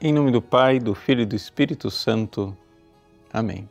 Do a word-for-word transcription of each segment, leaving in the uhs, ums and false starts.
Em nome do Pai, do Filho e do Espírito Santo. Amém.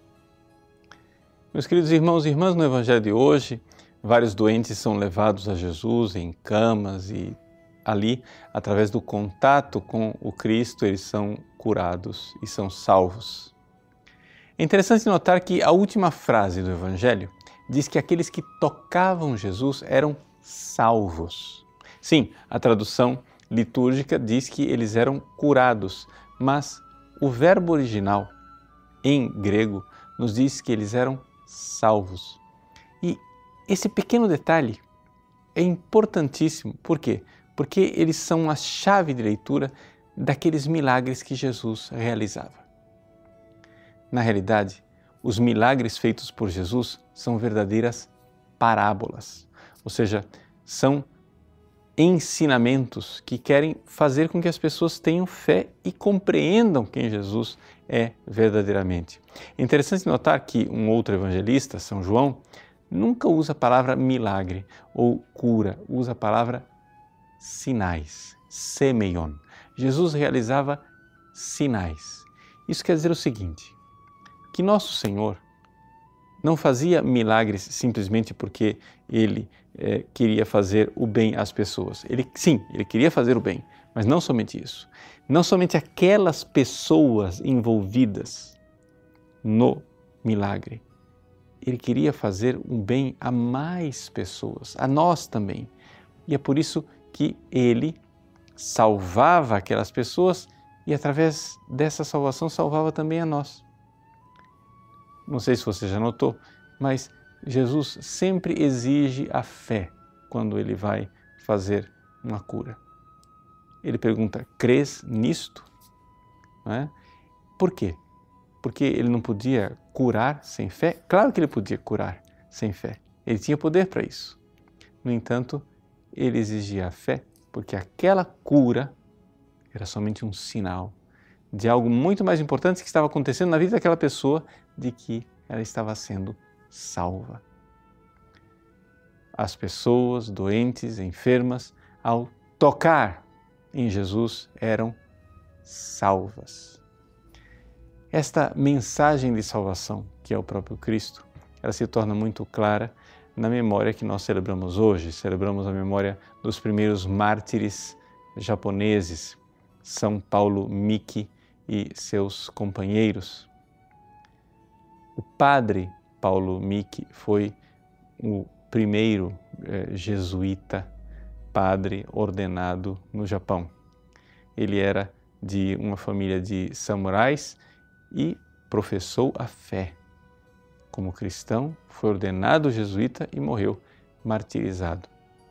Meus queridos irmãos e irmãs, no Evangelho de hoje, vários doentes são levados a Jesus em camas e ali, através do contato com o Cristo, eles são curados e são salvos. É interessante notar que a última frase do Evangelho diz que aqueles que tocavam Jesus eram salvos. Sim, a tradução litúrgica diz que eles eram curados, mas o verbo original em grego nos diz que eles eram salvos. E esse pequeno detalhe é importantíssimo. Por quê? Porque eles são a chave de leitura daqueles milagres que Jesus realizava. Na realidade, os milagres feitos por Jesus são verdadeiras parábolas, ou seja, são ensinamentos que querem fazer com que as pessoas tenham fé e compreendam quem Jesus é verdadeiramente. É interessante notar que um outro evangelista, São João, nunca usa a palavra milagre ou cura, usa a palavra sinais, semeion. Jesus realizava sinais. Isso quer dizer o seguinte, que nosso Senhor não fazia milagres simplesmente porque Ele eh, queria fazer o bem às pessoas. Ele, sim, Ele queria fazer o bem, mas não somente isso. Não somente aquelas pessoas envolvidas no milagre. Ele queria fazer um bem a mais pessoas, a nós também. E é por isso que Ele salvava aquelas pessoas e através dessa salvação salvava também a nós. Não sei se você já notou, mas Jesus sempre exige a fé quando Ele vai fazer uma cura. Ele pergunta, crês nisto? Não é? Por quê? Porque Ele não podia curar sem fé? Claro que Ele podia curar sem fé. Ele tinha poder para isso. No entanto, Ele exigia a fé porque aquela cura era somente um sinal de algo muito mais importante que estava acontecendo na vida daquela pessoa, de que ela estava sendo salva. As pessoas doentes, enfermas, ao tocar em Jesus, eram salvas. Esta mensagem de salvação, que é o próprio Cristo, ela se torna muito clara na memória que nós celebramos hoje. Celebramos a memória dos primeiros mártires japoneses, São Paulo Miki e seus companheiros. O padre Paulo Miki foi o primeiro eh, jesuíta padre ordenado no Japão. Ele era de uma família de samurais e professou a fé. Como cristão, foi ordenado jesuíta e morreu martirizado.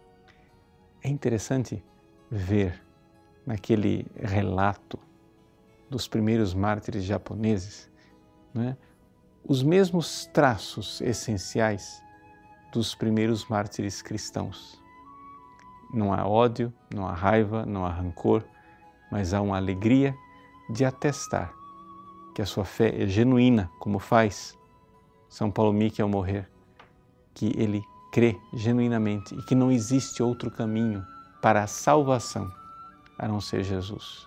É interessante ver naquele relato dos primeiros mártires japoneses, né, os mesmos traços essenciais dos primeiros mártires cristãos. Não há ódio, não há raiva, não há rancor, mas há uma alegria de atestar que a sua fé é genuína, como faz São Paulo Miki ao morrer, que ele crê genuinamente e que não existe outro caminho para a salvação a não ser Jesus.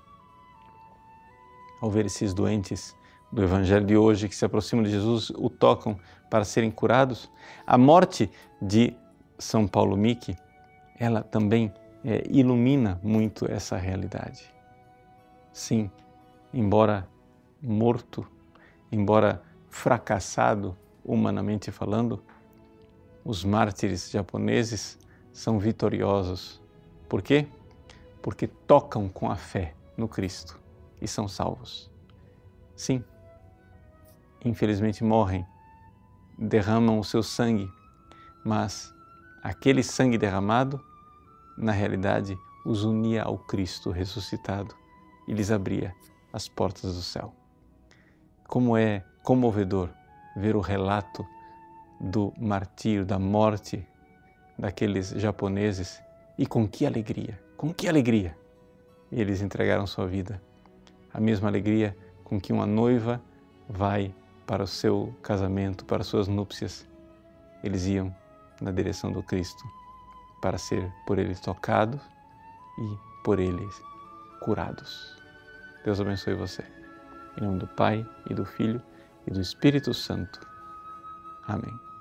Ao ver esses doentes do Evangelho de hoje que se aproximam de Jesus, o tocam para serem curados, a morte de São Paulo Miki, ela também é, ilumina muito essa realidade. Sim, embora morto, embora fracassado humanamente falando, os mártires japoneses são vitoriosos. Por quê? Porque tocam com a fé no Cristo e são salvos. Sim, infelizmente morrem, derramam o seu sangue, mas aquele sangue derramado, na realidade, os unia ao Cristo ressuscitado e lhes abria as portas do céu. Como é comovedor ver o relato do martírio, da morte daqueles japoneses e com que alegria, com que alegria eles entregaram sua vida. A mesma alegria com que uma noiva vai para o seu casamento, para suas núpcias. Eles iam na direção do Cristo para ser por Ele tocados e por Ele curados. Deus abençoe você. Em nome do Pai, e do Filho, e do Espírito Santo. Amém.